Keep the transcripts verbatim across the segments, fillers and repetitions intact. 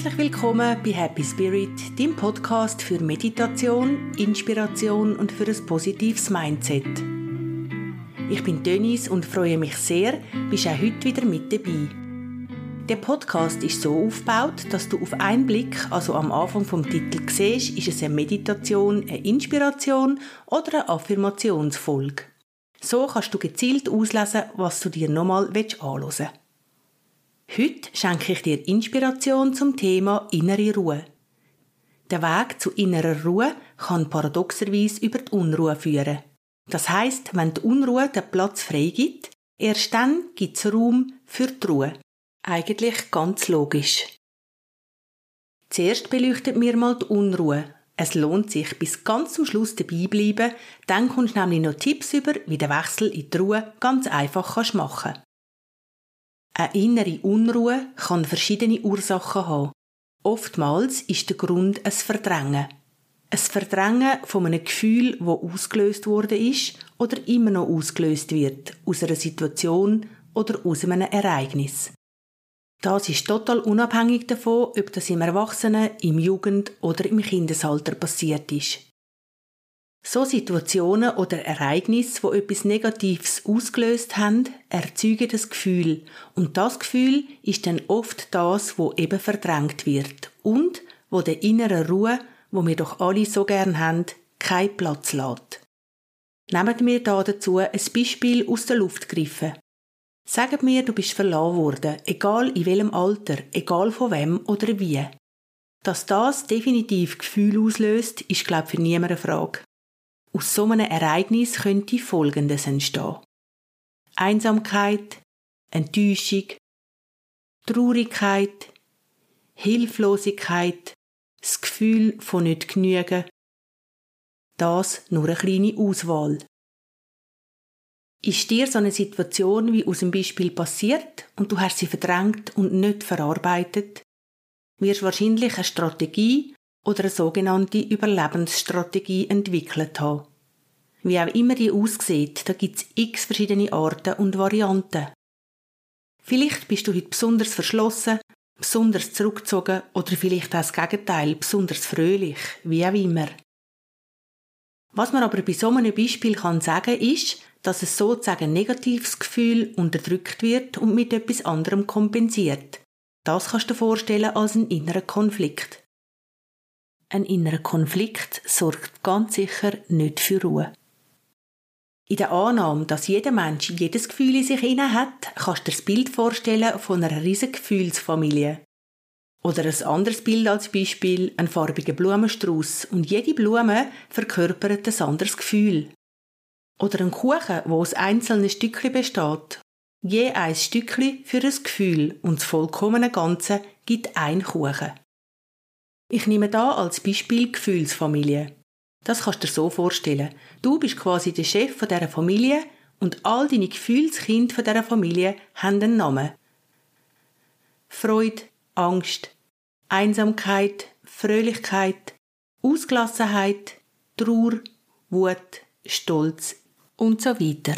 Herzlich willkommen bei Happy Spirit, dem Podcast für Meditation, Inspiration und für ein positives Mindset. Ich bin Denise und freue mich sehr, bist auch heute wieder mit dabei. Der Podcast ist so aufgebaut, dass du auf einen Blick, also am Anfang vom Titel siehst, ist es eine Meditation, eine Inspiration oder eine Affirmationsfolge. So kannst du gezielt auslesen, was du dir nochmal anhören willst. Heute schenke ich dir Inspiration zum Thema innere Ruhe. Der Weg zu innerer Ruhe kann paradoxerweise über die Unruhe führen. Das heisst, wenn die Unruhe den Platz freigibt, erst dann gibt es Raum für die Ruhe. Eigentlich ganz logisch. Zuerst beleuchtet mir mal die Unruhe. Es lohnt sich, bis ganz zum Schluss dabei bleiben, dann kommst du nämlich noch Tipps über, wie den Wechsel in die Ruhe ganz einfach kannst machen. Eine innere Unruhe kann verschiedene Ursachen haben. Oftmals ist der Grund ein Verdrängen. Ein Verdrängen von einem Gefühl, das ausgelöst worden ist oder immer noch ausgelöst wird, aus einer Situation oder aus einem Ereignis. Das ist total unabhängig davon, ob das im Erwachsenen-, im Jugend- oder im Kindesalter passiert ist. So Situationen oder Ereignisse, die etwas Negatives ausgelöst haben, erzeugen das Gefühl. Und das Gefühl ist dann oft das, wo eben verdrängt wird und wo der inneren Ruhe, wo wir doch alle so gern haben, keinen Platz lässt. Nehmen wir da dazu ein Beispiel aus der Luft gegriffen. Sagen wir, du bist verlassen worden, egal in welchem Alter, egal von wem oder wie. Dass das definitiv Gefühl auslöst, ist, glaube ich, für niemanden eine Frage. Aus so einem Ereignis könnte Folgendes entstehen. Einsamkeit, Enttäuschung, Traurigkeit, Hilflosigkeit, das Gefühl von nicht genügen. Das nur eine kleine Auswahl. Ist dir so eine Situation wie aus dem Beispiel passiert und du hast sie verdrängt und nicht verarbeitet, wirst du wahrscheinlich eine Strategie oder eine sogenannte Überlebensstrategie entwickelt haben. Wie auch immer die aussieht, da gibt es x verschiedene Arten und Varianten. Vielleicht bist du heute besonders verschlossen, besonders zurückgezogen oder vielleicht auch das Gegenteil, besonders fröhlich, wie auch immer. Was man aber bei so einem Beispiel kann sagen ist, dass es sozusagen ein negatives Gefühl unterdrückt wird und mit etwas anderem kompensiert. Das kannst du dir vorstellen als einen inneren Konflikt. Ein innerer Konflikt sorgt ganz sicher nicht für Ruhe. In der Annahme, dass jeder Mensch jedes Gefühl in sich inne hat, kannst du dir das Bild vorstellen von einer riesigen Gefühlsfamilie. Oder ein anderes Bild als Beispiel, ein farbiger Blumenstrauß und jede Blume verkörpert ein anderes Gefühl. Oder ein Kuchen, der aus einzelnen Stückchen besteht. Je ein Stückchen für ein Gefühl und das vollkommene Ganze gibt ein Kuchen. Ich nehme da als Beispiel Gefühlsfamilie. Das kannst du dir so vorstellen. Du bist quasi der Chef von dieser Familie und all deine Gefühlskinder von dieser Familie haben einen Namen. Freude, Angst, Einsamkeit, Fröhlichkeit, Ausgelassenheit, Trauer, Wut, Stolz und so weiter.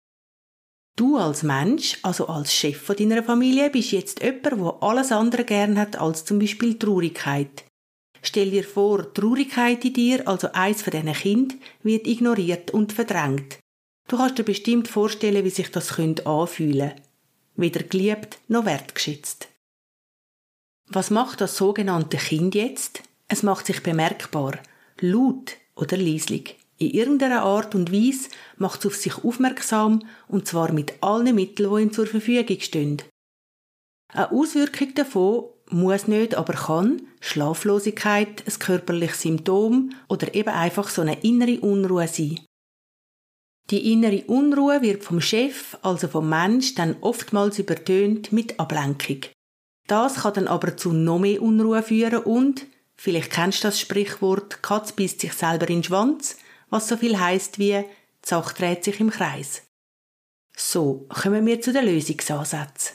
Du als Mensch, also als Chef von deiner Familie, bist jetzt jemand, der alles andere gern hat als zum Beispiel Traurigkeit. Stell dir vor, Traurigkeit in dir, also eins von diesen Kindern, wird ignoriert und verdrängt. Du kannst dir bestimmt vorstellen, wie sich das könnte anfühlen. Weder geliebt noch wertgeschätzt. Was macht das sogenannte Kind jetzt? Es macht sich bemerkbar, laut oder leislich. In irgendeiner Art und Weise macht es auf sich aufmerksam, und zwar mit allen Mitteln, die ihm zur Verfügung stehen. Eine Auswirkung davon muss nicht, aber kann Schlaflosigkeit, ein körperliches Symptom oder eben einfach so eine innere Unruhe sein. Die innere Unruhe wird vom Chef, also vom Mensch, dann oftmals übertönt mit Ablenkung. Das kann dann aber zu noch mehr Unruhe führen und, vielleicht kennst du das Sprichwort, die Katze beißt sich selber in den Schwanz, was so viel heisst wie, die Sache dreht sich im Kreis. So, kommen wir zu den Lösungsansätzen.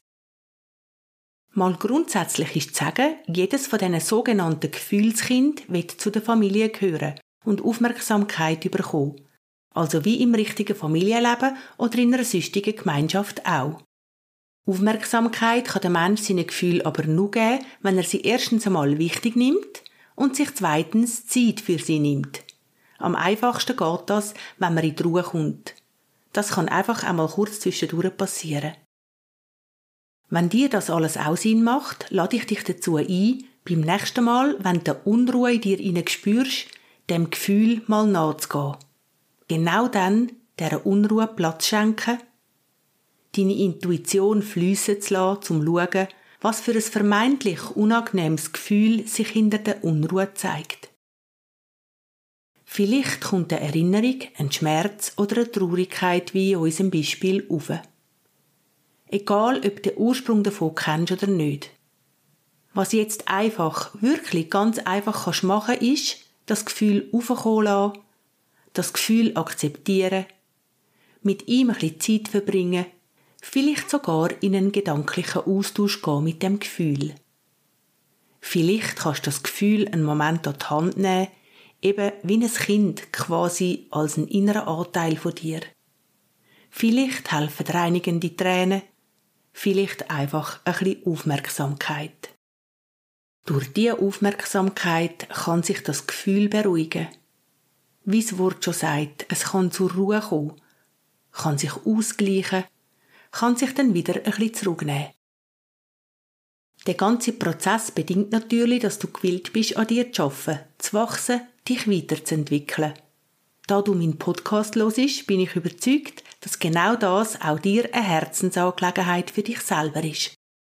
Mal grundsätzlich ist zu sagen, jedes von diesen sogenannten Gefühlskind will zu der Familie gehören und Aufmerksamkeit bekommen. Also wie im richtigen Familienleben oder in einer sonstigen Gemeinschaft auch. Aufmerksamkeit kann der Mensch seine Gefühle aber nur geben, wenn er sie erstens einmal wichtig nimmt und sich zweitens Zeit für sie nimmt. Am einfachsten geht das, wenn man in die Ruhe kommt. Das kann einfach einmal kurz zwischendurch passieren. Wenn dir das alles auch Sinn macht, lade ich dich dazu ein, beim nächsten Mal, wenn du Unruhe in dir hinein spürst, dem Gefühl mal nachzugehen. Genau dann dieser Unruhe Platz schenken, deine Intuition fliessen zu lassen, um zu schauen, was für ein vermeintlich unangenehmes Gefühl sich hinter der Unruhe zeigt. Vielleicht kommt eine Erinnerung, ein Schmerz oder eine Traurigkeit wie in unserem Beispiel auf. Egal, ob du den Ursprung davon kennst oder nicht. Was jetzt einfach, wirklich ganz einfach kannst machen, ist, das Gefühl aufkommen lassen, das Gefühl akzeptieren, mit ihm ein bisschen Zeit verbringen, vielleicht sogar in einen gedanklichen Austausch gehen mit dem Gefühl. Vielleicht kannst du das Gefühl einen Moment an die Hand nehmen, eben wie ein Kind, quasi als ein innerer Anteil von dir. Vielleicht helfen reinigende Tränen, vielleicht einfach ein bisschen Aufmerksamkeit. Durch diese Aufmerksamkeit kann sich das Gefühl beruhigen. Wie das Wort schon sagt, es kann zur Ruhe kommen, kann sich ausgleichen, kann sich dann wieder ein bisschen zurücknehmen. Der ganze Prozess bedingt natürlich, dass du gewillt bist, an dir zu arbeiten, zu wachsen, dich weiterzuentwickeln. Da du meinen Podcast hörst, bin ich überzeugt, dass genau das auch dir eine Herzensangelegenheit für dich selber ist.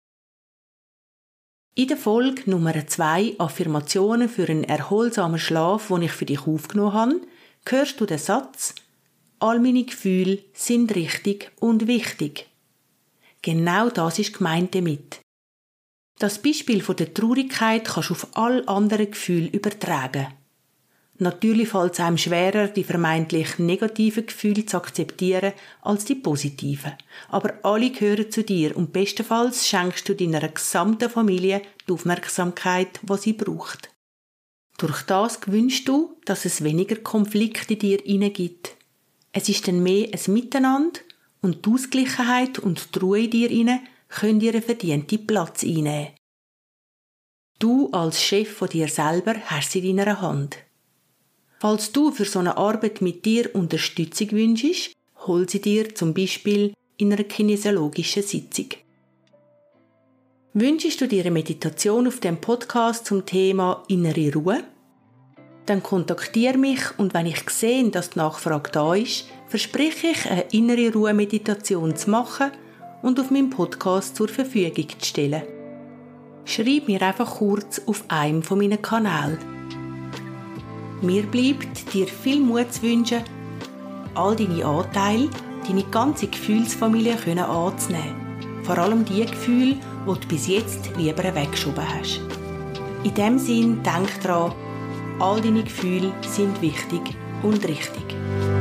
In der Folge Nummer zwei Affirmationen für einen erholsamen Schlaf, den ich für dich aufgenommen habe, hörst du den Satz: All meine Gefühle sind richtig und wichtig. Genau das ist gemeint damit. Das Beispiel von der Traurigkeit kannst du auf all andere Gefühle übertragen. Natürlich fällt es einem schwerer, die vermeintlich negativen Gefühle zu akzeptieren als die positiven. Aber alle gehören zu dir und bestenfalls schenkst du deiner gesamten Familie die Aufmerksamkeit, die sie braucht. Durch das gewünschst du, dass es weniger Konflikte in dir hineingibt. Es ist dann mehr ein Miteinander und die Ausgleichheit und die Ruhe in dir hinein können ihren verdienten Platz einnehmen. Du als Chef von dir selber hast sie in deiner Hand. Falls du für so eine Arbeit mit dir Unterstützung wünschst, hol sie dir zum Beispiel in einer kinesiologischen Sitzung. Wünschst du dir eine Meditation auf dem Podcast zum Thema innere Ruhe? Dann kontaktiere mich und wenn ich sehe, dass die Nachfrage da ist, verspreche ich, eine innere Ruhe-Meditation zu machen und auf meinem Podcast zur Verfügung zu stellen. Schreib mir einfach kurz auf einem von meinen Kanälen. Mir bleibt, dir viel Mut zu wünschen, all deine Anteile, deine ganze Gefühlsfamilie können anzunehmen. Vor allem die Gefühle, die du bis jetzt lieber weggeschoben hast. In diesem Sinn, denk dran, all deine Gefühle sind wichtig und richtig.